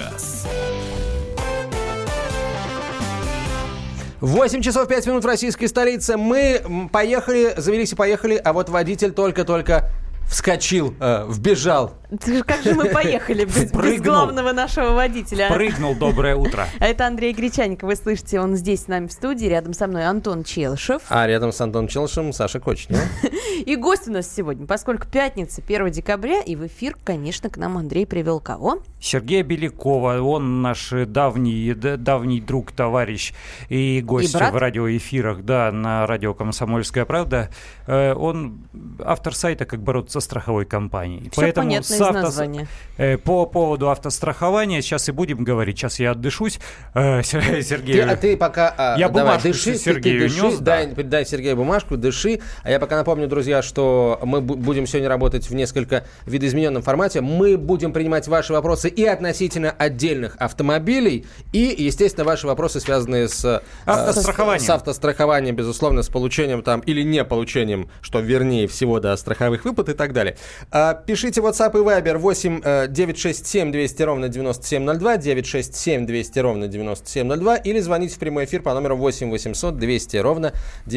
час. 8 часов 5 минут в российской столице. Мы поехали, завелись и поехали, а вот водитель только-только вскочил, вбежал. Как же мы поехали без главного нашего водителя? Прыгнул, доброе утро. Это Андрей Гречаник, вы слышите, он здесь с нами в студии, рядом со мной Антон Челышев. А рядом с Антоном Челышевым Саша Кочнева. И гость у нас сегодня, поскольку пятница, 1 декабря, и в эфир, конечно, к нам Андрей привел кого? Сергея Белякова, он наш давний друг, товарищ и гость в радиоэфирах, да, на радио «Комсомольская правда». Он автор сайта «Как бороться со страховой компанией». Все поэтому понятно из названия. По поводу автострахования сейчас и будем говорить. Сейчас я отдышусь. Сергей, ты пока я давай, бумажку дыши, Сергею ты дыши, нес, да. дай Сергею бумажку, дыши. А я пока напомню, друзья, что мы будем сегодня работать в несколько видоизмененном формате. Мы будем принимать ваши вопросы и относительно отдельных автомобилей, и, естественно, ваши вопросы, связанные с автострахованием, безусловно, с получением там или не получением, что вернее всего, да, страховых выплат и так далее. Пишите WhatsApp и Viber 8 967 200 ровно 9702, 967 200 ровно 9702, или звоните в прямой эфир по номеру 8 800 200 ровно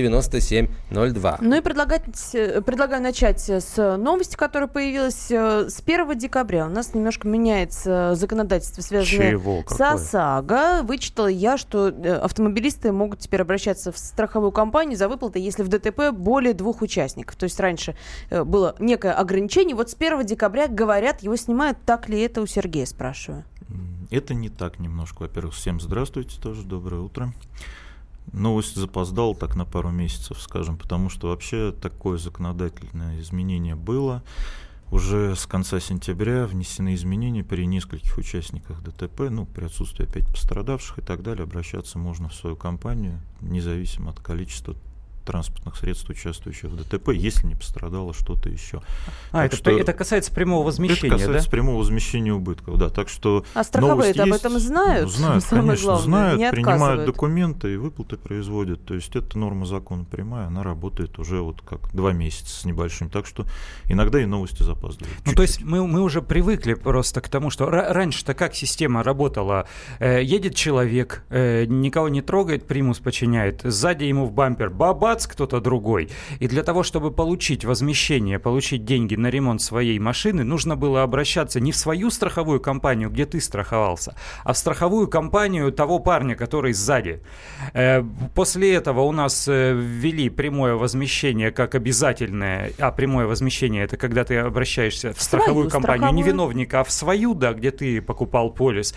9702. Ну и предлагаю начать с новости, которая появилась с 1 декабря. У нас немножко меняется законодательство, связанное с ОСАГО. Вычитала я, что автомобилисты могут теперь обращаться в страховую компанию за выплатой, если в ДТП более 2 участников. То есть раньше было некое ограничение. Вот с 1 декабря, говорят, его снимают. Так ли это, у Сергея спрашиваю? Это не так немножко. Во-первых, всем здравствуйте, тоже доброе утро. Новость запоздала так на пару месяцев, скажем, потому что вообще такое законодательное изменение было. Уже с конца сентября внесены изменения при нескольких участниках ДТП, при отсутствии опять пострадавших и так далее. Обращаться можно в свою компанию, независимо от количества транспортных средств, участвующих в ДТП, если не пострадало что-то еще. Это касается прямого возмещения, это касается прямого возмещения убытков, да. Так что а страховые-то об этом знают? Знают, конечно, главное, знают, принимают документы и выплаты производят. То есть это норма закона прямая, она работает уже вот как 2 месяца с небольшим. Так что иногда и новости запаздывают. То есть мы уже привыкли просто к тому, что раньше-то как система работала? Едет человек, никого не трогает, примус подчиняет, сзади ему в бампер баба, кто-то другой. И для того, чтобы получить возмещение, получить деньги на ремонт своей машины, нужно было обращаться не в свою страховую компанию, где ты страховался, а в страховую компанию того парня, который сзади. После этого у нас ввели прямое возмещение как обязательное. Прямое возмещение — это когда ты обращаешься в страховую компанию не виновника, а в свою, да, где ты покупал полис.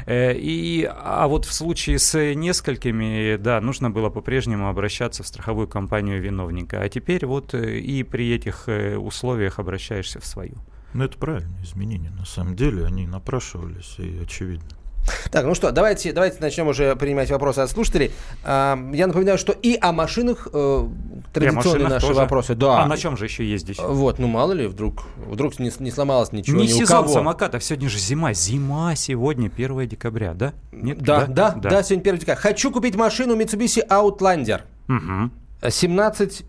А вот в случае с несколькими, да, нужно было по-прежнему обращаться в страховую компанию виновника. А теперь вот и при этих условиях обращаешься в свою. Это правильные изменения. На самом деле они напрашивались и очевидно. Так, ну что, давайте начнем уже принимать вопросы от слушателей. Я напоминаю, что и о машинах традиционные наши тоже. Вопросы. Да. А на чем же еще ездить? Вот, мало ли, вдруг не сломалось ничего не ни у сезон кого. самокатов, сегодня же зима. Зима сегодня, 1 декабря, да? Нет? Да, сегодня 1 декабря. Хочу купить машину Mitsubishi Outlander. Угу. 17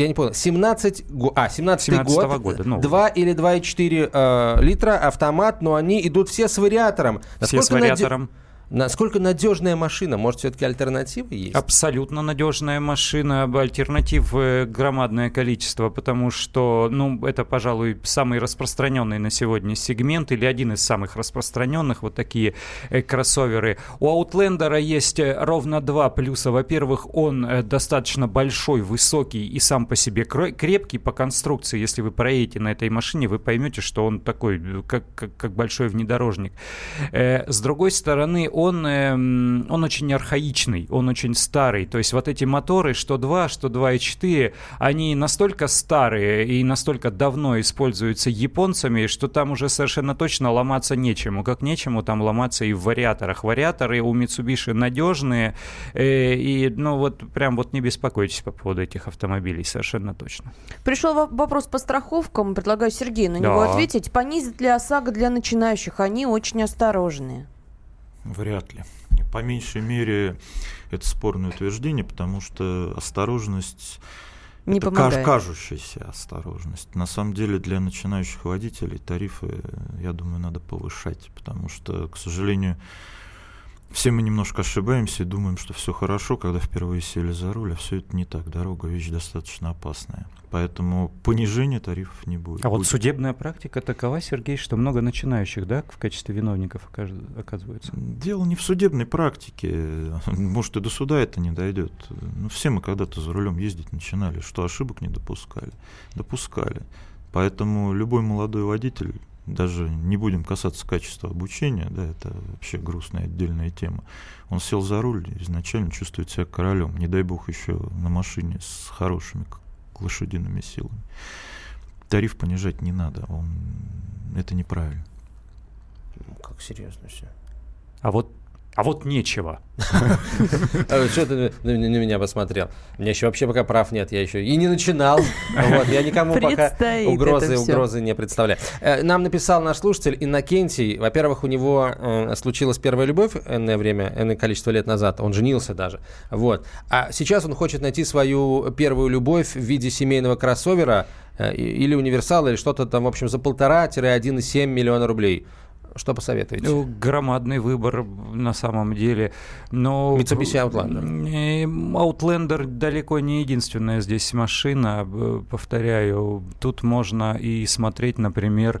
год, года, 2 или 2,4 литра, автомат, но они идут все с вариатором. Все с вариатором. Насколько надежная машина? Может, все-таки альтернативы есть? Абсолютно надежная машина. Альтернатив громадное количество, потому что, это, пожалуй, самый распространенный на сегодня сегмент или один из самых распространенных, вот такие кроссоверы. У Outlander есть ровно 2 плюса. Во-первых, он достаточно большой, высокий и сам по себе крепкий по конструкции. Если вы проедете на этой машине, вы поймете, что он такой, как большой внедорожник. С другой стороны, он очень архаичный, он очень старый. То есть вот эти моторы, что 2, что 2,4, они настолько старые и настолько давно используются японцами, что там уже совершенно точно ломаться нечему. Как нечему там ломаться и в вариаторах. Вариаторы у Mitsubishi надежные. Прям не беспокойтесь по поводу этих автомобилей, совершенно точно. Пришел вопрос по страховкам. Предлагаю Сергею на него ответить. Понизит ли ОСАГО для начинающих? Они очень осторожные. Вряд ли. По меньшей мере, это спорное утверждение, потому что осторожность не помогает. Кажущаяся осторожность. На самом деле для начинающих водителей тарифы, я думаю, надо повышать, потому что, к сожалению, все мы немножко ошибаемся и думаем, что все хорошо, когда впервые сели за руль, а все это не так. Дорога — вещь достаточно опасная. Поэтому понижения тарифов не будет. А вот судебная практика такова, Сергей, что много начинающих, да, в качестве виновников оказываются? Дело не в судебной практике. Может, и до суда это не дойдет. Но все мы когда-то за рулем ездить начинали, что ошибок не допускали. Допускали. Поэтому любой молодой водитель, даже не будем касаться качества обучения, да, это вообще грустная отдельная тема. Он сел за руль, изначально чувствует себя королем. Не дай бог еще на машине с хорошими лошадиными силами. Тариф понижать не надо, это неправильно. Как серьезно все. А вот нечего. Что ты на меня посмотрел? У меня еще вообще пока прав нет, я еще и не начинал. Я никому пока угрозы не представляю. Нам написал наш слушатель Иннокентий. Во-первых, у него случилась первая любовь энное количество лет назад. Он женился даже. А сейчас он хочет найти свою первую любовь в виде семейного кроссовера или универсала, или что-то там, в общем, за 1,5-1,7 миллиона рублей. Что посоветуете? Громадный выбор на самом деле. Но Mitsubishi Outlander. Outlander далеко не единственная здесь машина. Повторяю, тут можно и смотреть, например...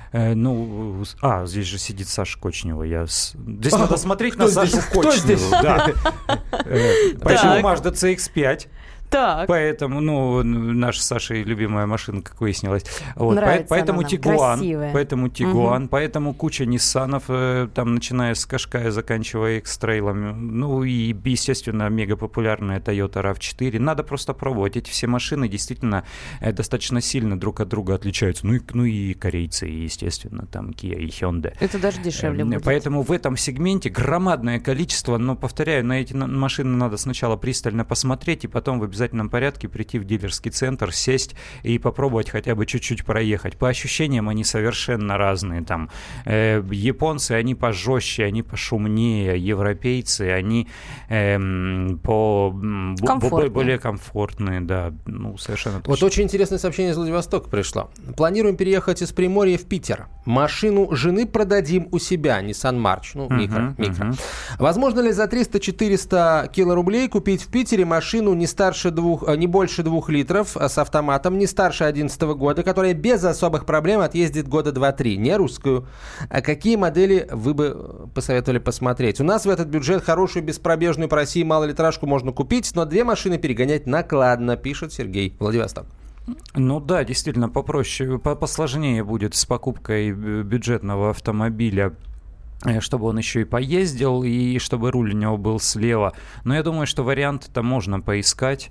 здесь же сидит Саша Кочнева. Здесь надо смотреть на Сашу Кочневу. Почему Mazda CX-5? Так. Поэтому, наша с Сашей любимая машина, как выяснилось. Поэтому Тигуан, поэтому куча Ниссанов, там, начиная с Кашкая, заканчивая X-трейлами. И, естественно, мегапопулярная Toyota RAV4. Надо просто пробовать. Эти все машины действительно достаточно сильно друг от друга отличаются. И корейцы, естественно, там Kia и Hyundai. Это даже дешевле будет. Поэтому в этом сегменте громадное количество, но, повторяю, на эти машины надо сначала пристально посмотреть и потом в обязательном порядке прийти в дилерский центр, сесть и попробовать хотя бы чуть-чуть проехать. По ощущениям они совершенно разные. Там японцы, они пожестче, они пошумнее, европейцы, они более комфортные, да, совершенно точно. Вот очень интересное сообщение из Владивостока пришло. Планируем переехать из Приморья в Питер. Машину жены продадим у себя, Nissan March, микро. Возможно ли за 300-400 килорублей купить в Питере машину не больше 2 литров с автоматом, не старше 2011 года, которая без особых проблем отъездит года 2-3, не русскую? А какие модели вы бы посоветовали посмотреть? У нас в этот бюджет хорошую беспробежную по России малолитражку можно купить, но 2 машины перегонять накладно, пишет Сергей, Владивосток. Да, действительно, попроще, посложнее будет с покупкой бюджетного автомобиля, чтобы он еще и поездил, и чтобы руль у него был слева. Но я думаю, что варианты-то можно поискать.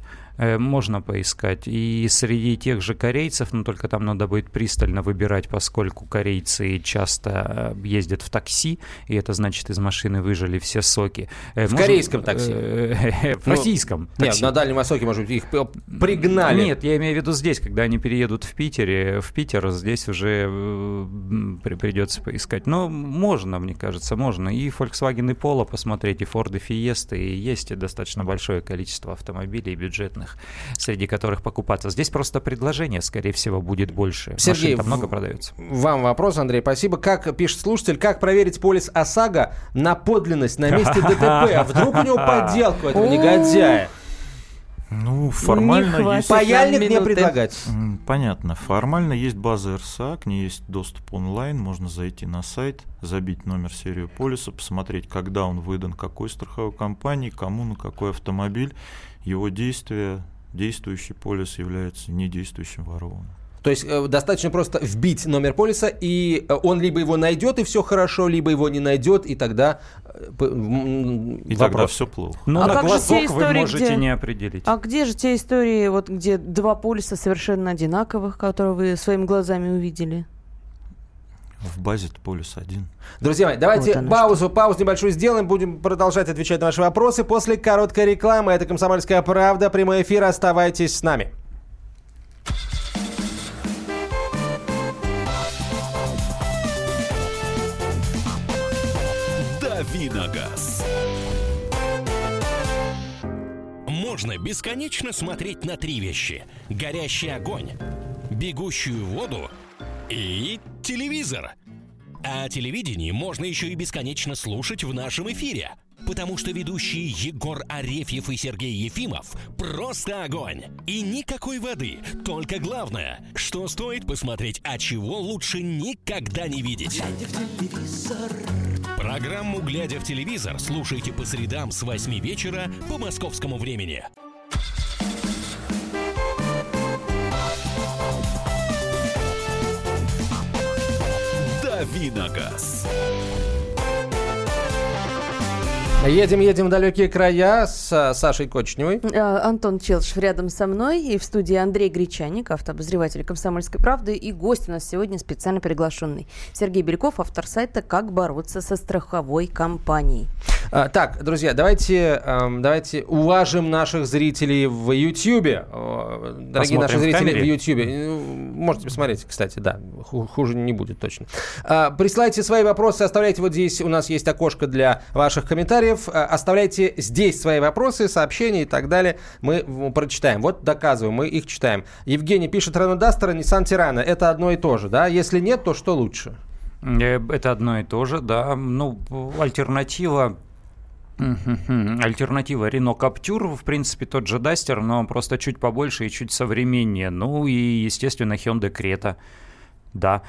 И среди тех же корейцев, но только там надо будет пристально выбирать, поскольку корейцы часто ездят в такси, и это значит, из машины выжали все соки. Корейском такси? В российском такси. Нет, на Дальнем Востоке, может быть, их пригнали. Нет, я имею в виду здесь, когда они переедут в Питер, здесь уже придется поискать. Но можно, мне кажется, можно. И Volkswagen и Polo посмотреть, и Ford, и Fiesta, и есть достаточно большое количество автомобилей бюджетных, среди которых покупаться. Здесь просто предложение, скорее всего, будет больше. Сергей, машин-то много продается. Вам вопрос, Андрей, спасибо. Как пишет слушатель, как проверить полис ОСАГО на подлинность на месте ДТП? А вдруг у него подделку этого негодяя? Формально есть... Паяльник не предлагать. Понятно. Формально есть база РСА, к ней есть доступ онлайн, можно зайти на сайт, забить номер, серию полиса, посмотреть, когда он выдан, какой страховой компании, кому, на какой автомобиль. Его действующий полис является недействующим, ворованным. То есть достаточно просто вбить номер полиса, и он либо его найдет, и все хорошо, либо его не найдет, и тогда тогда все плохо. Но на глазок вы можете не определить. А где же те истории, где 2 полиса совершенно одинаковых, которые вы своими глазами увидели? В базе полис 1. Друзья мои, давайте паузу небольшую сделаем. Будем продолжать отвечать на ваши вопросы после короткой рекламы. Это «Комсомольская правда». Прямой эфир. Оставайтесь с нами. Дави на газ. можно бесконечно смотреть на три вещи: горящий огонь, бегущую воду и телевизор. А телевидение можно еще и бесконечно слушать в нашем эфире, потому что ведущие Егор Арефьев и Сергей Ефимов просто огонь. И никакой воды, только главное, что стоит посмотреть, а чего лучше никогда не видеть. Глядя в телевизор. Программу «Глядя в телевизор» слушайте по средам с 8 вечера по московскому времени. Давиногаз. Едем в далекие края с Сашей Кочневой. Антон Челшев рядом со мной. И в студии Андрей Гречаник, автообозреватель «Комсомольской правды». И гость у нас сегодня специально приглашенный. Сергей Беляков, автор сайта «Как бороться со страховой компанией». Так, друзья, давайте уважим наших зрителей в Ютьюбе. Дорогие наши зрители в Ютьюбе. Можете посмотреть, кстати, да. Хуже не будет точно. Присылайте свои вопросы, оставляйте вот здесь. У нас есть окошко для ваших комментариев. Оставляйте здесь свои вопросы, сообщения и так далее. Мы прочитаем. Вот доказываем, мы их читаем. Евгений пишет: Renault Duster, Nissan Tirana. Это одно и то же, да? Если нет, то что лучше? Это одно и то же, да. Ну, альтернатива Renault Captur, в принципе, тот же Duster, но просто чуть побольше и чуть современнее. Ну и, естественно, Hyundai Creta. Да.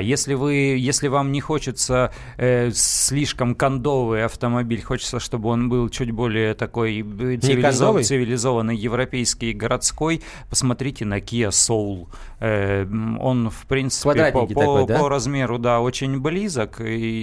Если вам не хочется слишком кондовый автомобиль, хочется, чтобы он был чуть более такой цивилизованный, европейский, городской, посмотрите на Kia Soul. Он, в принципе, по размеру, да, очень близок,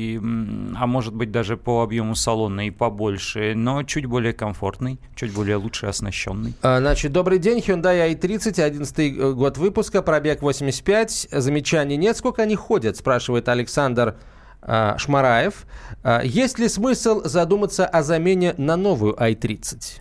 а может быть даже по объему салона и побольше, но чуть более комфортный, чуть более лучше оснащенный. Значит, добрый день, Hyundai i30, 11 год выпуска, пробег 85, замечаний нет. Сколько они ходят, спрашивает Александр Шмараев. Есть ли смысл задуматься о замене на новую i30?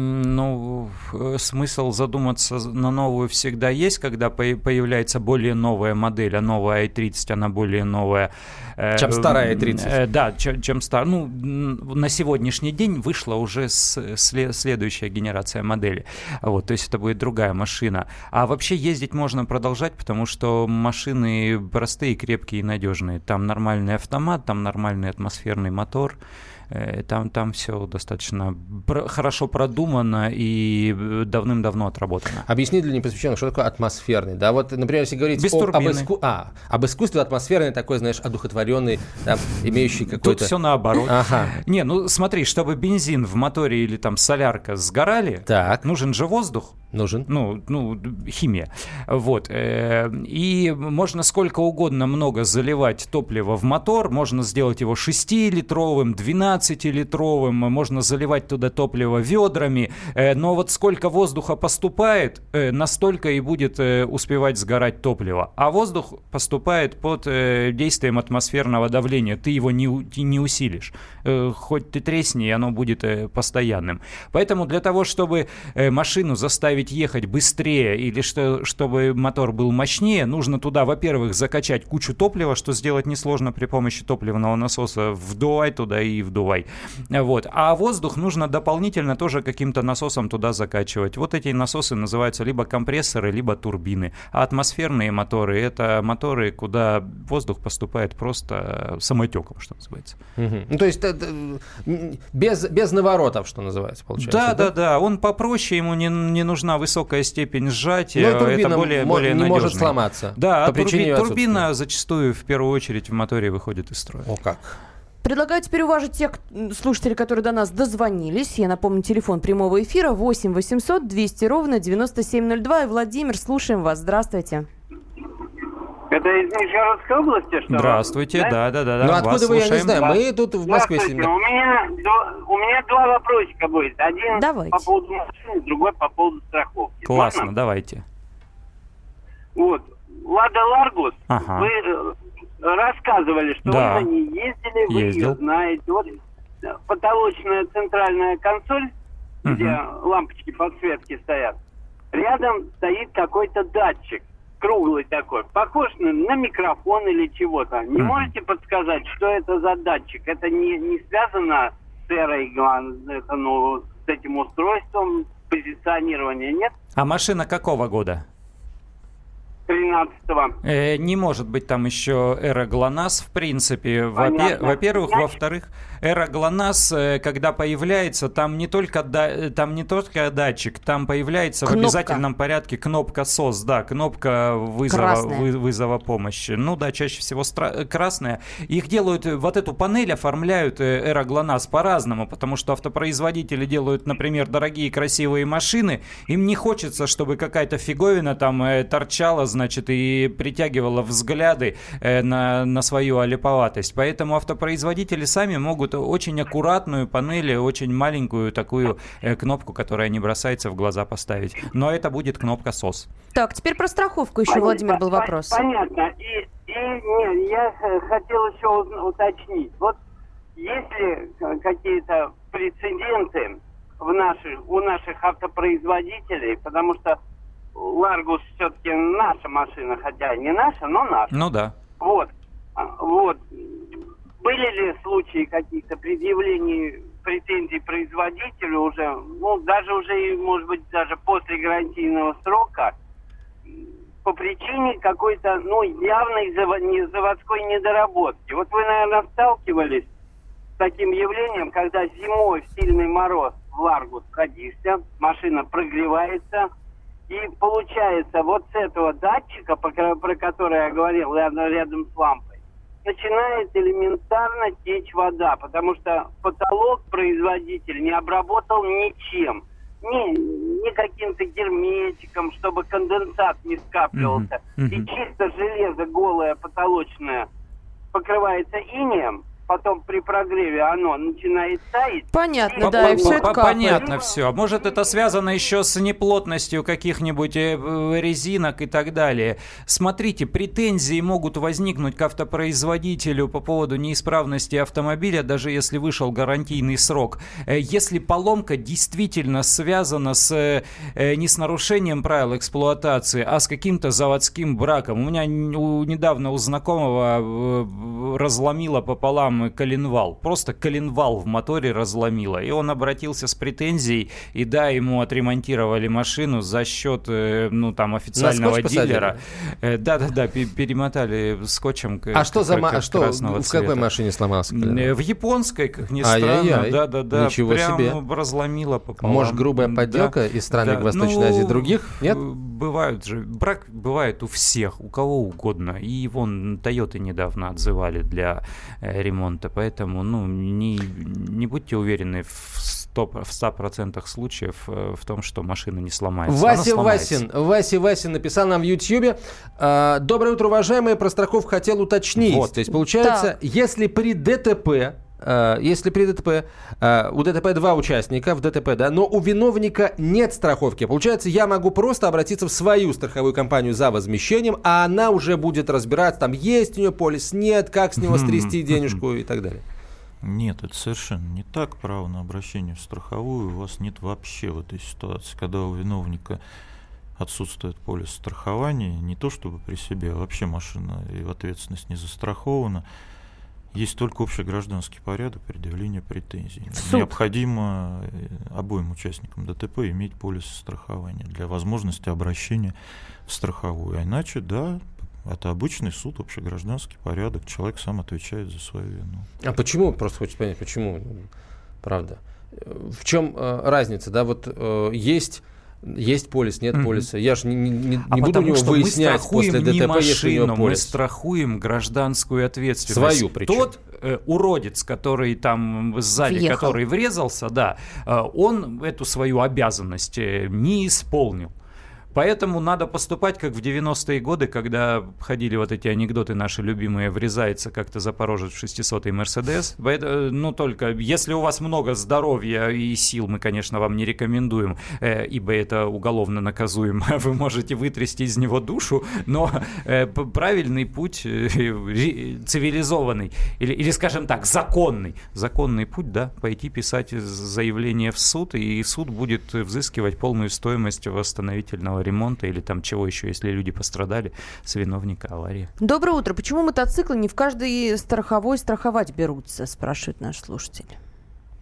Ну, смысл задуматься на новую всегда есть, когда появляется более новая модель, а новая i30, она более новая. Чем старая i30. Да, чем старая. Ну, на сегодняшний день вышла уже следующая генерация модели. Вот, то есть это будет другая машина. А вообще ездить можно продолжать, потому что машины простые, крепкие и надежные. Там нормальный автомат, там нормальный атмосферный мотор. Там все достаточно хорошо продумано и давным-давно отработано. Объясни для непосвященных, что такое атмосферный. Да, вот, например, если говорить об искусстве, атмосферный такой, знаешь, одухотворенный, там, имеющий какой-то... Тут все наоборот. Ага. Не, ну смотри, чтобы бензин в моторе или там солярка сгорали, нужен же воздух. Нужен. Ну, химия. Вот. И можно сколько угодно много заливать топлива в мотор, можно сделать его 6-литровым, 12-литровым, можно заливать туда топливо ведрами, но вот сколько воздуха поступает, настолько и будет успевать сгорать топливо. А воздух поступает под действием атмосферного давления, ты его не усилишь. Хоть ты тресни, оно будет постоянным. Поэтому для того, чтобы машину заставить ехать быстрее или чтобы мотор был мощнее, нужно туда, во-первых, закачать кучу топлива, что сделать несложно при помощи топливного насоса. Вдувай туда и вдувай. Вот. А воздух нужно дополнительно тоже каким-то насосом туда закачивать. Вот эти насосы называются либо компрессоры, либо турбины. А атмосферные моторы — это моторы, куда воздух поступает просто самотеком, что называется. Угу. Ну, то есть без наворотов, что называется, получается. Да. Он попроще, ему не нужна высокая степень сжатия. Но турбина это более не надежный. Может сломаться. Да, турбина зачастую в первую очередь в моторе выходит из строя. О как. Предлагаю теперь уважить тех слушателей, которые до нас дозвонились. Я напомню, телефон прямого эфира 8 800 200 ровно 9702. И Владимир, слушаем вас. Здравствуйте. Это из Нижегородской области, что ли? Здравствуйте, да. Ну откуда вы, я не знаю, мы тут в Москве сидим. У меня два вопросика будет. Один по поводу машины, другой по поводу страховки. Классно, можно? Давайте. Вот, Лада Ларгус, вы рассказывали, что вы на ней ездили, вы ее знаете. Вот потолочная центральная консоль, где лампочки подсветки стоят, рядом стоит какой-то датчик. Круглый такой, похож на микрофон или чего-то. Не можете подсказать, что это за датчик? Это не связано с эрой, с этим устройством, позиционирования, нет? А машина какого года? 13-го. Не может быть там еще эра ГЛОНАСС, в принципе. Во-первых. Во-вторых, эра ГЛОНАСС, когда появляется, там не только датчик, там появляется кнопка. В обязательном порядке кнопка SOS, да, кнопка вызова помощи. Ну да, чаще всего красная. Их делают, вот эту панель оформляют эра ГЛОНАСС по-разному, потому что автопроизводители делают, например, дорогие красивые машины, им не хочется, чтобы какая-то фиговина там торчала, значит, и притягивала взгляды на свою олиповатость. Поэтому автопроизводители сами могут очень аккуратную панель, очень маленькую такую кнопку, которая не бросается в глаза, поставить. Но это будет кнопка SOS. Так, теперь про страховку еще, Владимир, был вопрос. Понятно. И нет, я хотел еще уточнить. Вот есть ли какие-то прецеденты у наших автопроизводителей, потому что Ларгус все-таки наша машина, хотя не наша, но наша. Ну да. Вот. Были ли случаи каких-то предъявлений претензий производителю уже, даже уже, может быть, даже после гарантийного срока, по причине какой-то, явной заводской недоработки? Вот вы, наверное, сталкивались с таким явлением, когда зимой в сильный мороз в Ларгус садишься, машина прогревается, и получается вот с этого датчика, про который я говорил, рядом с лампой, начинает элементарно течь вода, потому что потолок производитель не обработал ничем. Ни каким-то герметиком, чтобы конденсат не скапливался. И чисто железо голое потолочное покрывается инеем, потом при прогреве оно начинает таять. Понятно, да, и все это капает. Понятно все. А может, это связано еще с неплотностью каких-нибудь резинок и так далее. Смотрите, претензии могут возникнуть к автопроизводителю по поводу неисправности автомобиля, даже если вышел гарантийный срок. Если поломка действительно связана не с нарушением правил эксплуатации, а с каким-то заводским браком. У меня недавно у знакомого разломило пополам коленвал. Просто коленвал в моторе разломило. И он обратился с претензией, и да, ему отремонтировали машину за счет, официального дилера. Да, перемотали скотчем красного цвета. В какой машине сломался коленвал? В японской, как ни странно. Да. Ничего себе. Разломило пополам. Может, грубая подделка из стран Восточной Азии других? Нет? Бывают же. Брак бывает у всех, у кого угодно. И вон Toyota недавно отзывали для ремонта. Поэтому, не будьте уверены в 100% случаев в том, что машина не сломается. Вася Васин написал нам в Ютьюбе: «Доброе утро, уважаемые, про страховку хотел уточнить». Вот. То есть, получается, если при ДТП у ДТП 2 участника в ДТП, да, но у виновника нет страховки, получается, я могу просто обратиться в свою страховую компанию за возмещением, а она уже будет разбираться, там есть у нее полис, нет, как с него стрясти денежку и так далее. Нет, это совершенно не так. Право на обращение в страховую у вас нет вообще в этой ситуации, когда у виновника отсутствует полис страхования, не то чтобы при себе, а вообще машина и ответственность не застрахована. Есть только общегражданский порядок предъявления претензий. Необходимо обоим участникам ДТП иметь полис страхования для возможности обращения в страховую. А иначе, да, это обычный суд, общегражданский порядок. Человек сам отвечает за свою вину. А почему? Просто хочется понять, почему? Правда. В чем разница? Да, вот есть полис, нет полиса. Я же не буду у него выяснять после ДТП, если у него полис. Мы страхуем гражданскую ответственность. Свою причем. Тот уродец, который там сзади, который врезался, да, он эту свою обязанность не исполнил. Поэтому надо поступать, как в 90-е годы, когда ходили вот эти анекдоты наши любимые, врезается как-то Запорожец в 600-й Мерседес. Только если у вас много здоровья и сил, мы, конечно, вам не рекомендуем, ибо это уголовно наказуемо, вы можете вытрясти из него душу, но правильный путь, цивилизованный, или, скажем так, законный путь, да, пойти писать заявление в суд, и суд будет взыскивать полную стоимость восстановительного ремонта или там чего еще, если люди пострадали с виновника аварии. Доброе утро. Почему мотоциклы не в каждой страховой страховать берутся, спрашивает наш слушатель.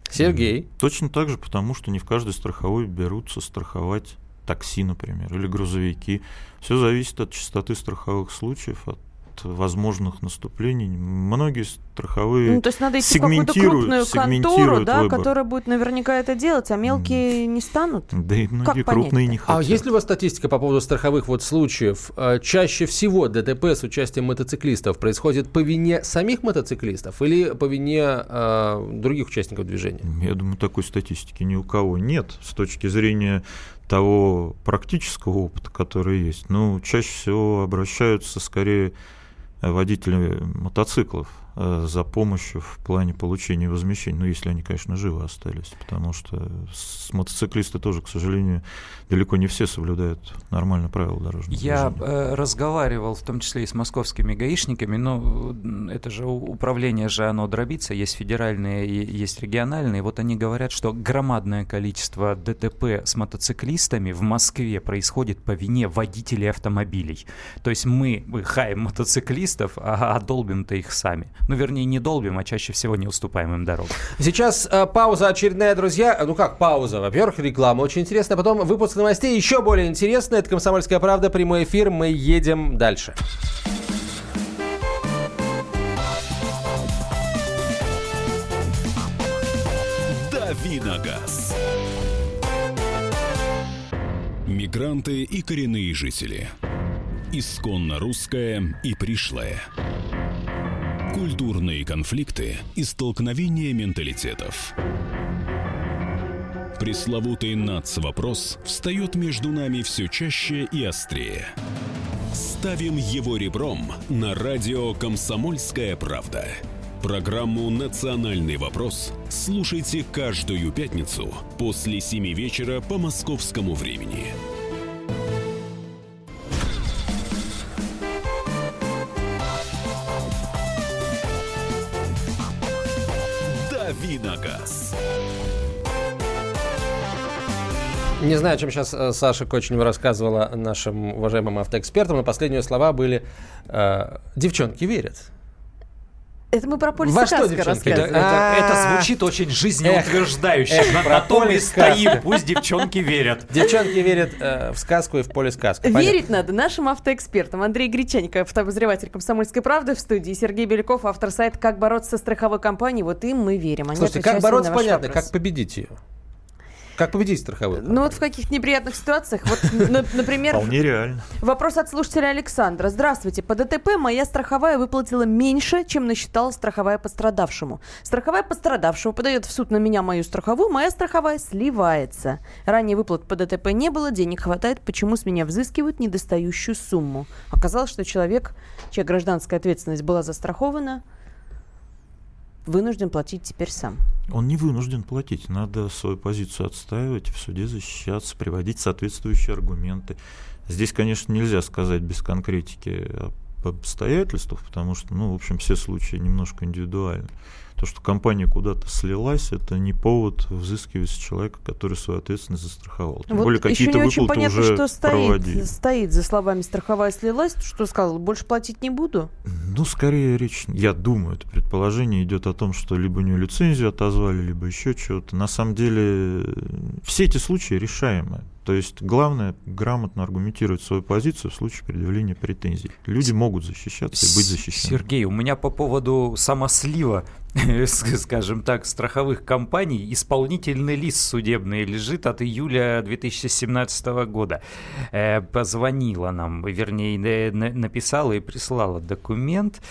Сергей? Точно так же, потому что не в каждой страховой берутся страховать такси, например, или грузовики. Все зависит от частоты страховых случаев, от возможных наступлений. Многие страховые то есть надо идти в какую-то крупную контору, да, которая будет наверняка это делать, а мелкие не станут? Да и многие крупные не хотят. А есть ли у вас статистика по поводу страховых случаев? Чаще всего ДТП с участием мотоциклистов происходит по вине самих мотоциклистов или по вине других участников движения? Я думаю, такой статистики ни у кого нет с точки зрения того практического опыта, который есть. Чаще всего обращаются скорее водители мотоциклов за помощью в плане получения возмещения, если они, конечно, живы остались, потому что мотоциклисты тоже, к сожалению, далеко не все соблюдают нормально правила дорожного движения. Я разговаривал в том числе и с московскими гаишниками, но это же управление оно дробится, есть федеральные и есть региональные, вот они говорят, что громадное количество ДТП с мотоциклистами в Москве происходит по вине водителей автомобилей. То есть мы хаем мотоциклистов, а долбим-то их сами. Вернее, не долбим, а чаще всего не уступаем им дорогу. Сейчас пауза очередная, друзья. Как пауза? Во-первых, реклама очень интересная, потом выпуск новостей еще более интересный. Это «Комсомольская правда», прямой эфир. Мы едем дальше. Давиногаз. Мигранты и коренные жители. Исконно русское и пришлое. Культурные конфликты и столкновения менталитетов. Пресловутый НАЦ-вопрос встает между нами все чаще и острее. Ставим его ребром на радио «Комсомольская правда». Программу «Национальный вопрос» слушайте каждую пятницу после 7 вечера по московскому времени. Давиногаз. Не знаю, о чем сейчас Саша Кочнева рассказывала нашим уважаемым автоэкспертам, но последние слова были «девчонки верят». Это мы про полис сказка рассказываем. Это звучит очень жизнеутверждающе. На том и стоим, пусть девчонки верят. Девчонки верят в сказку и в полис сказка. Верить надо нашим автоэкспертам. Андрей Гречанников, автообозреватель «Комсомольской правды» в студии. Сергей Беляков, автор сайта «Как бороться со страховой компанией». Вот им мы верим. Слушайте, как бороться, понятно, как победить ее? Как победить страховую? В каких-то неприятных ситуациях. Например, вполне реально. Вопрос от слушателя Александра. Здравствуйте. По ДТП моя страховая выплатила меньше, чем насчитала страховая пострадавшему. Страховая пострадавшего подает в суд на меня мою страховую, моя страховая сливается. Ранее выплат по ДТП не было, денег хватает. Почему с меня взыскивают недостающую сумму? Оказалось, что человек, чья гражданская ответственность была застрахована, вынужден платить теперь сам. Он не вынужден платить. Надо свою позицию отстаивать, в суде защищаться, приводить соответствующие аргументы. Здесь, конечно, нельзя сказать без конкретики об обстоятельствах, потому что, в общем, все случаи немножко индивидуальны. То, что компания куда-то слилась, это не повод взыскивать с человека, который свою ответственность застраховал. Тем более какие-то выплаты понятно, уже проводили. Стоит за словами «страховая слилась», что сказал, больше платить не буду? Скорее речь, я думаю, это предположение идет о том, что либо у нее лицензию отозвали, либо еще чего-то. На самом деле все эти случаи решаемы. То есть главное грамотно аргументировать свою позицию в случае предъявления претензий. Люди могут защищаться и быть защищенными. Сергей, у меня по поводу самослива, скажем так, страховых компаний исполнительный лист судебный лежит от июля 2017 года. Позвонила нам, вернее, написала и прислала документ.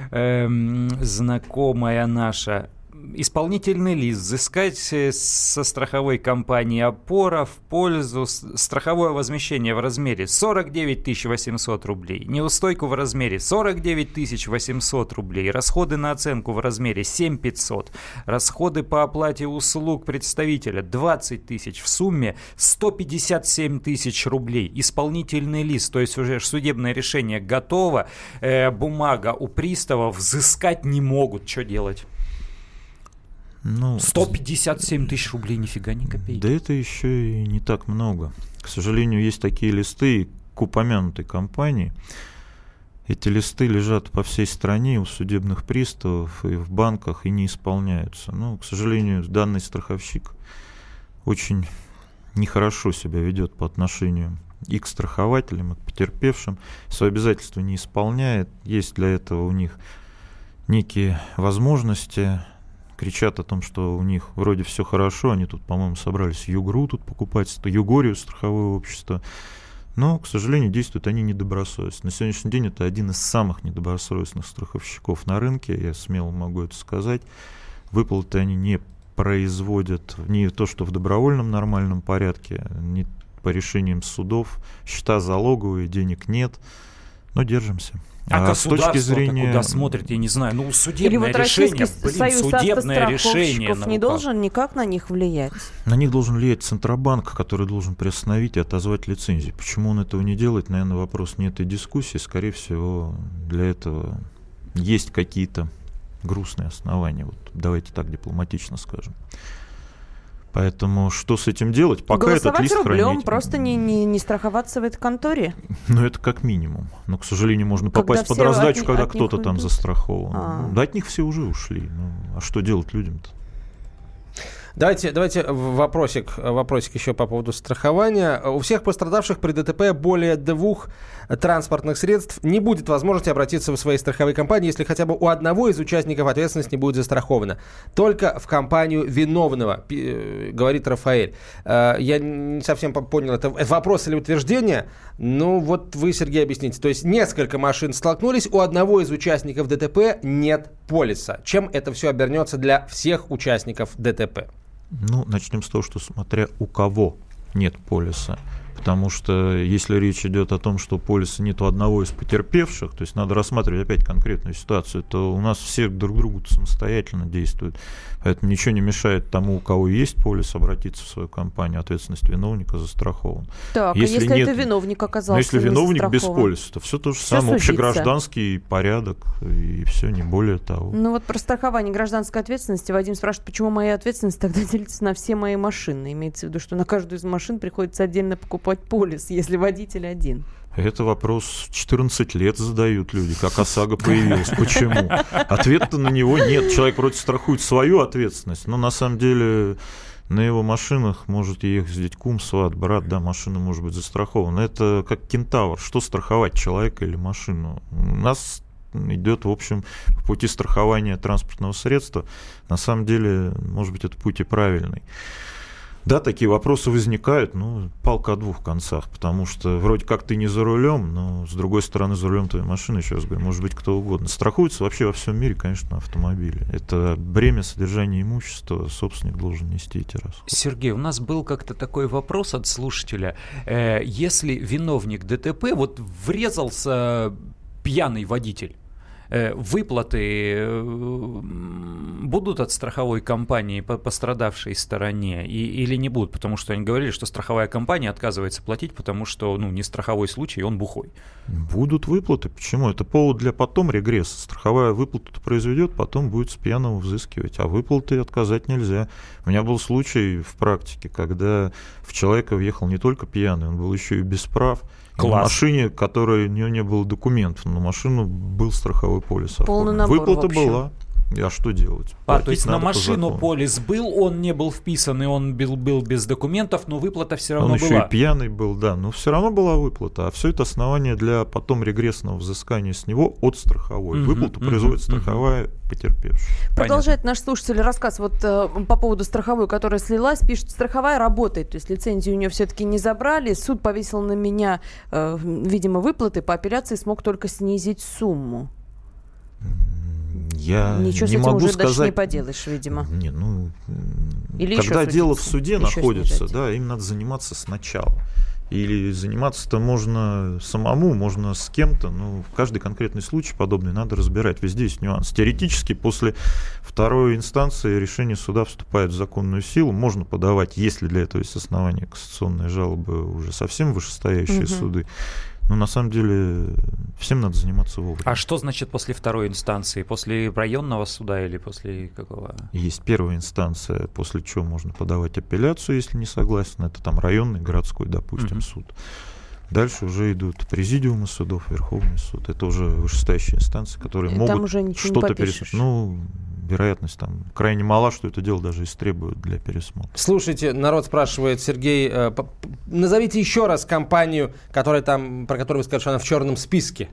Знакомая наша. Исполнительный лист взыскать со страховой компании «Опора» в пользу страховое возмещение в размере 49 800 рублей, неустойку в размере 49 800 рублей, расходы на оценку в размере 7 500, расходы по оплате услуг представителя 20 тысяч, в сумме 157 тысяч рублей. Исполнительный лист, то есть уже судебное решение готово, бумага у пристава, взыскать не могут. Что делать? 157 тысяч рублей, нифига ни копейки. Да это еще и не так много. К сожалению, есть такие листы к упомянутой компании. Эти листы лежат по всей стране у судебных приставов и в банках и не исполняются. Но, к сожалению, данный страховщик очень нехорошо себя ведет по отношению и к страхователям, и к потерпевшим. Свои обязательства не исполняет. Есть для этого у них некие возможности. Кричат о том, что у них вроде все хорошо. Они тут, по-моему, собрались Югру тут покупать, Югорию, страховое общество. Но, к сожалению, действуют они недобросовестно. На сегодняшний день это один из самых недобросовестных страховщиков на рынке, я смело могу это сказать. Выплаты они не производят не то, что в добровольном нормальном порядке, не по решениям судов, счета залоговые, денег нет, но держимся. А с точки зрения... куда смотрит, я не знаю, судебное решение, судебное решение. Не должен никак на них влиять? На них должен влиять Центробанк, который должен приостановить и отозвать лицензии. Почему он этого не делает, наверное, вопрос не этой дискуссии. Скорее всего, для этого есть какие-то грустные основания. Давайте так дипломатично скажем. Поэтому что с этим делать? Пока этот лист рублем, хранить. Просто не страховаться в этой конторе. Это как минимум. Но, к сожалению, можно попасть под раздачу, когда кто-то там застрахован. Да от них все уже ушли. А что делать людям-то? Давайте вопросик еще по поводу страхования. У всех пострадавших при ДТП более 2 транспортных средств не будет возможности обратиться в свои страховые компании, если хотя бы у одного из участников ответственность не будет застрахована. Только в компанию виновного, говорит Рафаэль. Я не совсем понял, это вопрос или утверждение? Вы, Сергей, объясните. То есть несколько машин столкнулись, у одного из участников ДТП нет полиса. Чем это все обернется для всех участников ДТП? Начнем с того, что смотря у кого нет полиса. Потому что если речь идет о том, что полиса нет у одного из потерпевших, то есть надо рассматривать опять конкретную ситуацию, то у нас все друг другу самостоятельно действуют. Поэтому ничего не мешает тому, у кого есть полис, обратиться в свою компанию. Ответственность виновника застрахован. Так, если нет, это виновник оказался если виновник без полиса, то все то же самое. Общегражданский порядок и все, не более того. Про страхование гражданской ответственности Вадим спрашивает, почему моя ответственность тогда делится на все мои машины. Имеется в виду, что на каждую из машин приходится отдельно покупать полис, если водитель один. Это вопрос 14 лет задают люди, как ОСАГО появилась. Почему? Ответа на него нет. Человек вроде страхует свою ответственность, но на самом деле на его машинах может ехать кум, сват, брат, машина может быть застрахована. Это как кентавр. Что страховать, человека или машину? У нас идет, в общем, по пути страхования транспортного средства. На самом деле, может быть, это путь и правильный. Да, такие вопросы возникают, палка о двух концах, потому что вроде как ты не за рулем, но с другой стороны за рулем твоей машины, еще раз говорю, может быть кто угодно. Страхуется вообще во всем мире, конечно, автомобили. Это бремя содержания имущества собственник должен нести эти расходы. Сергей, у нас был как-то такой вопрос от слушателя. Если виновник ДТП, врезался пьяный водитель, выплаты будут от страховой компании по пострадавшей стороне или не будут? Потому что они говорили, что страховая компания отказывается платить, потому что не страховой случай, он бухой. Будут выплаты. Почему? Это повод для потом регресса. Страховая выплату произведет, потом будет с пьяного взыскивать. А выплаты отказать нельзя. У меня был случай в практике, когда в человека въехал не только пьяный, он был еще и без прав. На машине, которой у нее не было документов, на машину был страховой полис. Полный набор, выплата была. А что делать? То есть на машину полис был, он не был вписан, и он был без документов, но выплата все равно была. Он еще и пьяный был, да, но все равно была выплата. А все это основание для потом регрессного взыскания с него от страховой. Выплату производит страховая потерпевшая. Продолжает наш слушатель рассказ по поводу страховой, которая слилась. Пишет, страховая работает, то есть лицензию у нее все-таки не забрали. Суд повесил на меня, видимо, выплаты. По апелляции смог только снизить сумму. Я Ничего не с этим могу уже сказать, дальше не поделаешь, видимо. Или когда дело в суде находится, им надо заниматься сначала. Или заниматься-то можно самому, можно с кем-то, но в каждый конкретный случай подобный надо разбирать. Везде есть нюанс. Теоретически после второй инстанции решение суда вступает в законную силу. Можно подавать, если для этого есть основания, кассационные жалобы уже совсем вышестоящие суды. Но на самом деле всем надо заниматься вовремя. А что значит после второй инстанции? После районного суда или после какого? Есть первая инстанция, после чего можно подавать апелляцию, если не согласен. Это там районный, городской, допустим, суд. Дальше уже идут президиумы судов, Верховный суд. Это уже вышестоящие инстанции, которые могут что-то пересмотреть. Ну, вероятность там крайне мала, что это дело даже истребуют для пересмотра. Слушайте, народ спрашивает, Сергей, назовите еще раз компанию, которая там, про которую вы сказали, что она в черном списке.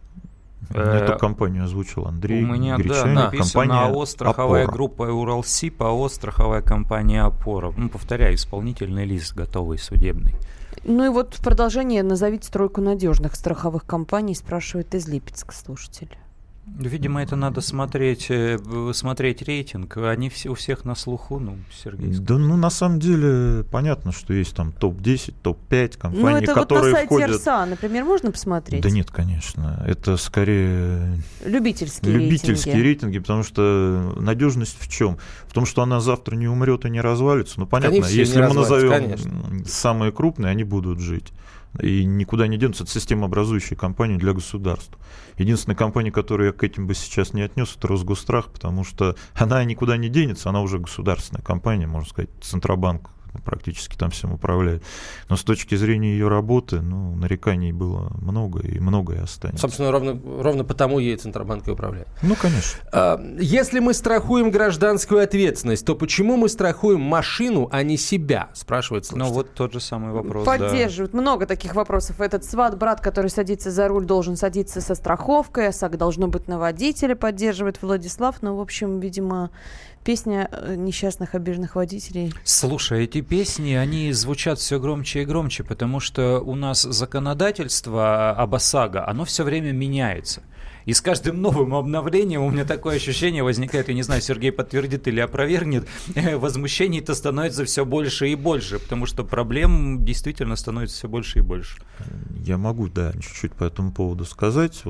Эту компанию озвучил Андрей Гречаник. У меня, написано АО «Страховая группа Уралсиб», АО «Страховая компания Опора». Повторяю, исполнительный лист готовый, судебный. Ну и вот в продолжение назовите тройку надежных страховых компаний, спрашивает из Липецка слушатель. Видимо, это надо смотреть рейтинг. Они у всех на слуху, Сергей. Да, на самом деле, понятно, что есть там топ-10, топ-5 компаний, которые входят... Ну, это вот на сайте РСА, например, можно посмотреть? Да нет, конечно. Это скорее... Любительские рейтинги, потому что надежность в чем? В том, что она завтра не умрет и не развалится. Понятно, если мы назовем самые крупные, они будут жить. И никуда не денутся. Это системообразующая компания для государства. Единственная компания, которую я к этим бы сейчас не отнес, это Росгосстрах, потому что она никуда не денется, она уже государственная компания, можно сказать, Центробанк практически там всем управляет. Но с точки зрения ее работы, нареканий было много, и многое останется. Собственно, ровно потому ей Центробанк и управляет. Конечно. Если мы страхуем гражданскую ответственность, то почему мы страхуем машину, а не себя? Спрашивает слушатель. Вот тот же самый вопрос. Поддерживают. Да. Много таких вопросов. Этот сват-брат, который садится за руль, должен садиться со страховкой, ОСАГО должно быть на водителя, поддерживает Владислав. В общем, видимо... Песня несчастных обиженных водителей. Слушай, эти песни, они звучат все громче и громче, потому что у нас законодательство об ОСАГО, оно все время меняется. И с каждым новым обновлением у меня такое ощущение возникает, я не знаю, Сергей подтвердит или опровергнет, возмущений-то становится все больше и больше, потому что проблем действительно становится все больше и больше. Я могу, чуть-чуть по этому поводу сказать.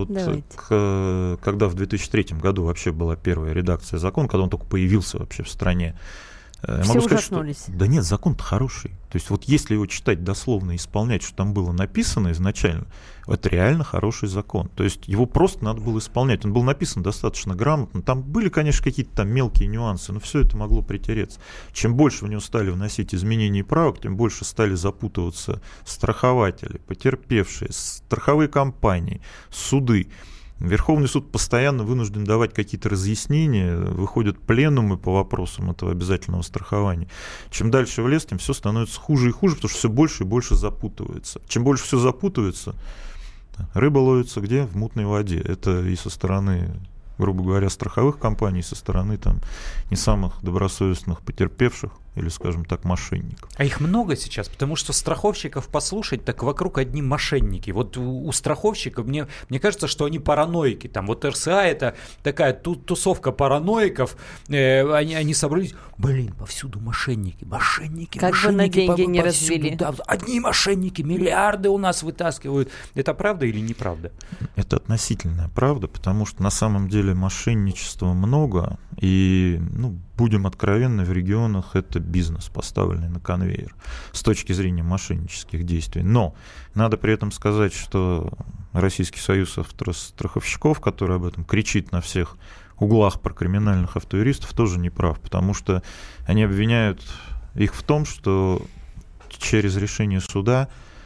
Когда в 2003 году вообще была первая редакция закона, когда он только появился вообще в стране, все ужаснулись. Да нет, закон-то хороший. То есть если его читать дословно и исполнять, что там было написано изначально, это реально хороший закон. То есть его просто надо было исполнять. Он был написан достаточно грамотно. Там были, конечно, какие-то там мелкие нюансы, но все это могло притереться. Чем больше в него стали вносить изменений и правок, тем больше стали запутываться страхователи, потерпевшие, страховые компании, суды. Верховный суд постоянно вынужден давать какие-то разъяснения, выходят пленумы по вопросам этого обязательного страхования. Чем дальше в лес, тем все становится хуже и хуже, потому что все больше и больше запутывается. Чем больше все запутывается, рыба ловится где? В мутной воде. Это и со стороны, грубо говоря, страховых компаний, и со стороны не самых добросовестных потерпевших, или, скажем так, мошенников. А их много сейчас, потому что страховщиков послушать, так вокруг одни мошенники. Вот у страховщиков, мне кажется, что они параноики. РСА это такая тусовка параноиков. Они собрались, повсюду мошенники. Как бы на деньги не развели. Да, одни мошенники, миллиарды у нас вытаскивают. Это правда или неправда? Это относительная правда, потому что на самом деле мошенничества много, и, будем откровенны, в регионах это бизнес, поставленный на конвейер с точки зрения мошеннических действий. Но надо при этом сказать, что Российский союз автостраховщиков, который об этом кричит на всех углах про криминальных автоюристов, тоже не прав, потому что они обвиняют их в том, что через решение суда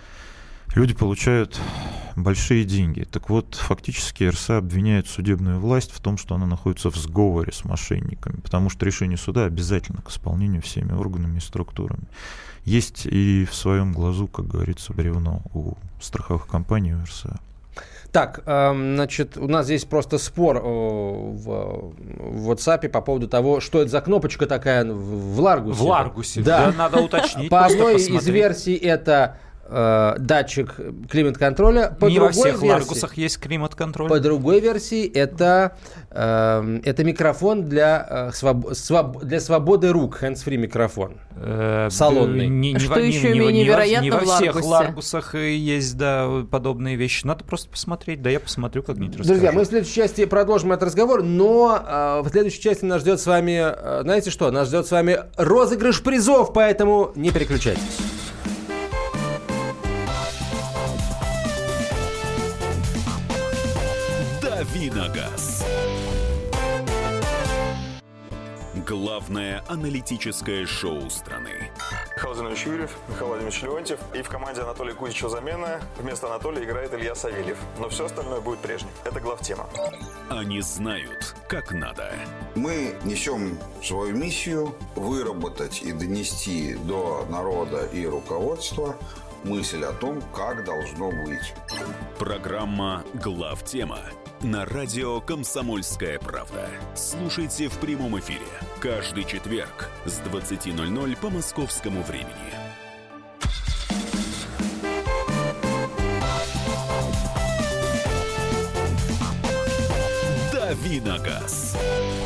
люди получают большие деньги. Так вот, фактически РСА обвиняет судебную власть в том, что она находится в сговоре с мошенниками, потому что решение суда обязательно к исполнению всеми органами и структурами. Есть и в своем глазу, как говорится, бревно у страховых компаний, у РСА. Так, у нас здесь просто спор в WhatsApp по поводу того, что это за кнопочка такая в Ларгусе. В Ларгусе, да, надо уточнить. По одной из версий это датчик климат-контроля. По Не во всех Ларгусах есть климат-контроль. По другой версии это микрофон для свободы рук, hands-free микрофон. Салонный. Что еще менее вероятно в Ларгусе. Не во всех Ларгусах есть подобные вещи. Надо просто посмотреть. Да, я посмотрю, как-нибудь расскажу. Друзья, мы в следующей части продолжим этот разговор, но в следующей части нас ждет с вами, знаете что, нас ждет с вами розыгрыш призов, поэтому не переключайтесь. Давиногаз. Главное аналитическое шоу страны. Михаил Владимирович Юрьев, Михаил Владимирович Леонтьев. И в команде Анатолия Кузичева замена. Вместо Анатолия играет Илья Савельев. Но все остальное будет прежним. Это главтема. Они знают, как надо. Мы несем свою миссию выработать и донести до народа и руководства мысль о том, как должно быть. Программа «Главтема» на радио «Комсомольская правда». Слушайте в прямом эфире каждый четверг с 20:00 по московскому времени. «Дави на газ».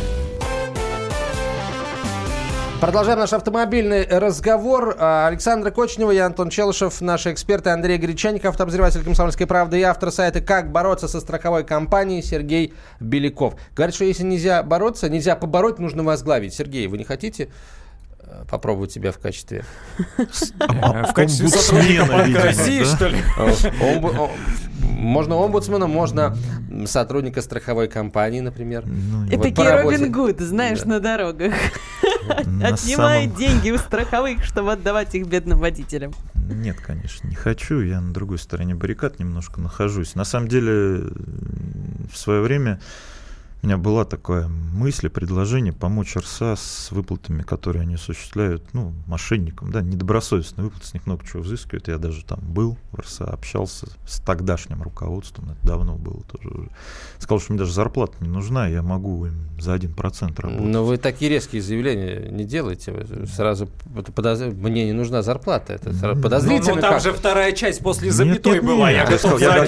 Продолжаем наш автомобильный разговор. Александра Кочнева, я Антон Челышев, наши эксперты Андрей Гречанников, автообозреватель «Комсомольской правды» и автор сайта «Как бороться со страховой компанией» Сергей Беляков. Говорят, что если нельзя бороться, нельзя побороть, нужно возглавить. Сергей, вы не хотите попробовать себя в качестве... В качестве сотрудника Банка России, что ли? Можно омбудсмена, можно сотрудника страховой компании, например. Этакий Робин Гуд, знаешь, на дорогах. Отнимает деньги у страховых, чтобы отдавать их бедным водителям. Нет, конечно, не хочу. Я на другой стороне баррикад немножко нахожусь. На самом деле, в свое время у меня была такая мысль, предложение помочь РСА с выплатами, которые они осуществляют, мошенникам, да, недобросовестные выплаты, с них много чего взыскивают. Я даже там был в РСА, общался с тогдашним руководством, это давно было тоже уже. Сказал, что мне даже зарплата не нужна, я могу им за 1% работать. Но вы такие резкие заявления не делайте. Сразу мне не нужна зарплата. Это подозрительно. Ну, там же вторая часть после запятой была. Я готов за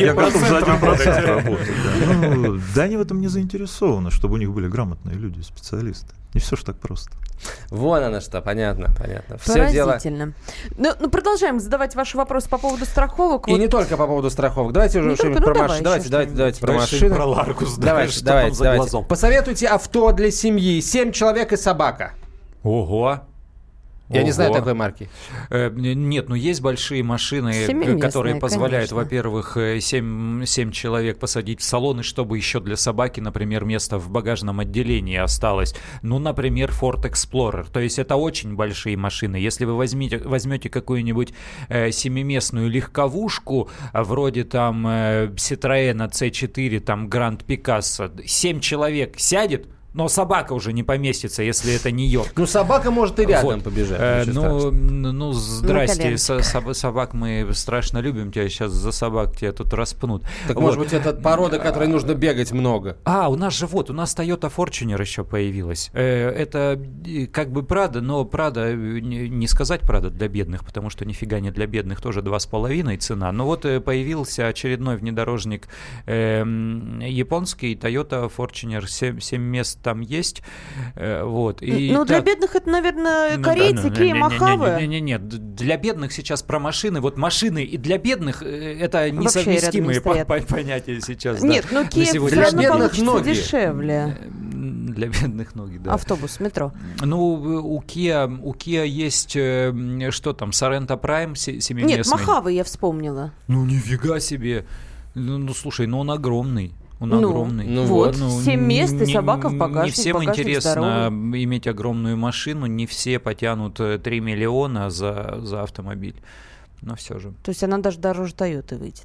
1% работать. Да, они в этом не заинтересованы, чтобы у них были грамотные люди, специалисты. Не все ж так просто. Вон оно что, понятно. Все дело... Ну, продолжаем задавать ваши вопросы по поводу страховок. И не только по поводу страховок. Давайте уже что-нибудь про машину. Давайте про машину. Про Ларгус. Давайте. Посоветуйте авто для семьи. 7 человек и собака. Ого. Я не знаю такой марки. Нет, есть большие машины, которые позволяют, во-первых, 7 человек посадить в салон, и чтобы еще для собаки, например, место в багажном отделении осталось. Например, Ford Explorer. То есть это очень большие машины. Если вы возьмете какую-нибудь 7-местную легковушку, вроде там Citroёn C4, там Grand Picasso, 7 человек сядет, но собака уже не поместится, если это не Йорк. Собака может и рядом побежать. Здрасте, собак мы страшно любим, тебя сейчас за собак тебя тут распнут. Так может быть это порода, которой нужно бегать много? У нас Toyota Fortuner еще появилась. Это как бы Prado, но Prado, не сказать Prado для бедных, потому что нифига не для бедных, тоже 2,5 цена. Но появился очередной внедорожник японский, Toyota Fortuner, 7 мест там есть. Для бедных это, наверное, корейцы, Kia, Мохаве. Нет, для бедных сейчас про машины. Машины и для бедных это несовместимые понятия сейчас. Нет, Kia все равно получится дешевле. Для бедных ноги, да. Автобус, метро. У Kia есть, что там, Sorento Prime 7-местный. Нет, Мохаве я вспомнила. Нифига себе. Слушай, он огромный. Он огромный. 7 мест и собака в багажнике. Не всем интересно иметь огромную машину, не все потянут 3 миллиона за автомобиль. Но все же. То есть она даже дороже Toyota выйдет?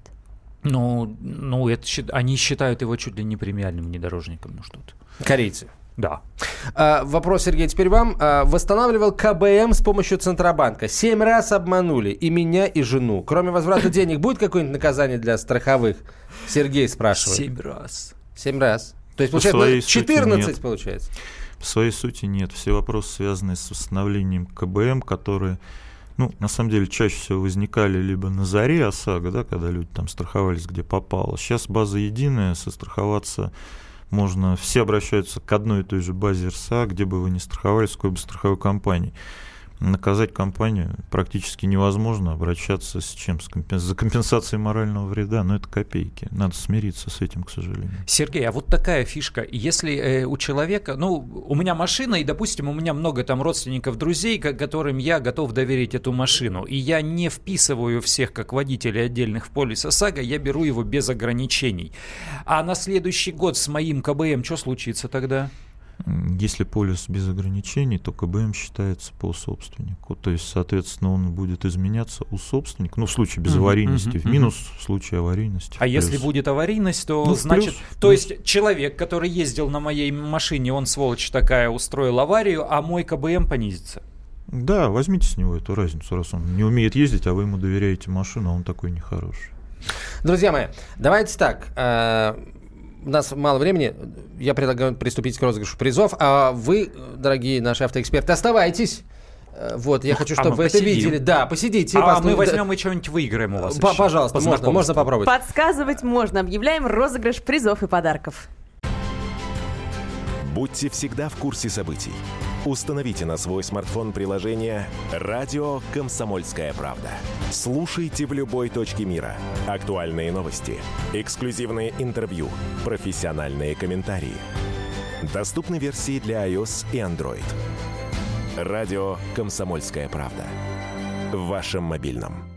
Они считают его чуть ли не премиальным внедорожником. Что-то. Корейцы. Да. Вопрос, Сергей, теперь вам. Восстанавливал КБМ с помощью Центробанка. 7 раз обманули и меня, и жену. Кроме возврата денег, будет какое-нибудь наказание для страховых? Сергей спрашивает. 7 раз. 7 раз. То есть, получается, 14 получается? По своей сути нет. Все вопросы, связанные с восстановлением КБМ, которые, на самом деле, чаще всего возникали либо на заре ОСАГО, да, когда люди там страховались, где попало. Сейчас база единая, состраховаться можно, все обращаются к одной и той же базе РСА, где бы вы ни страховались, с какой бы страховой компанией. Наказать компанию практически невозможно, обращаться с чем? За компенсацией морального вреда, но это копейки. Надо смириться с этим, к сожалению. Сергей, а вот такая фишка. Если у человека, у меня машина, и, допустим, у меня много там родственников, друзей, которым я готов доверить эту машину, и я не вписываю всех как водителей отдельных в полис ОСАГО, я беру его без ограничений. А на следующий год с моим КБМ что случится тогда? Если полис без ограничений, то КБМ считается по собственнику. То есть, соответственно, он будет изменяться у собственника, ну, в случае безаварийности, в минус, в случае аварийности. А если будет аварийность, то значит... То есть человек, который ездил на моей машине, он, сволочь такая, устроил аварию, а мой КБМ понизится. Да, возьмите с него эту разницу, раз он не умеет ездить, а вы ему доверяете машину, а он такой нехороший. Друзья мои, давайте так... У нас мало времени. Я предлагаю приступить к розыгрышу призов. А вы, дорогие наши автоэксперты, оставайтесь. Вот, я хочу, чтобы вы это видели. Да, посидите. Мы возьмем и что-нибудь выиграем у вас. Пожалуйста, можно попробовать. Подсказывать можно. Объявляем розыгрыш призов и подарков. Будьте всегда в курсе событий. Установите на свой смартфон приложение «Радио Комсомольская правда». Слушайте в любой точке мира. Актуальные новости, эксклюзивные интервью, профессиональные комментарии. Доступны версии для iOS и Android. «Радио Комсомольская правда». В вашем мобильном.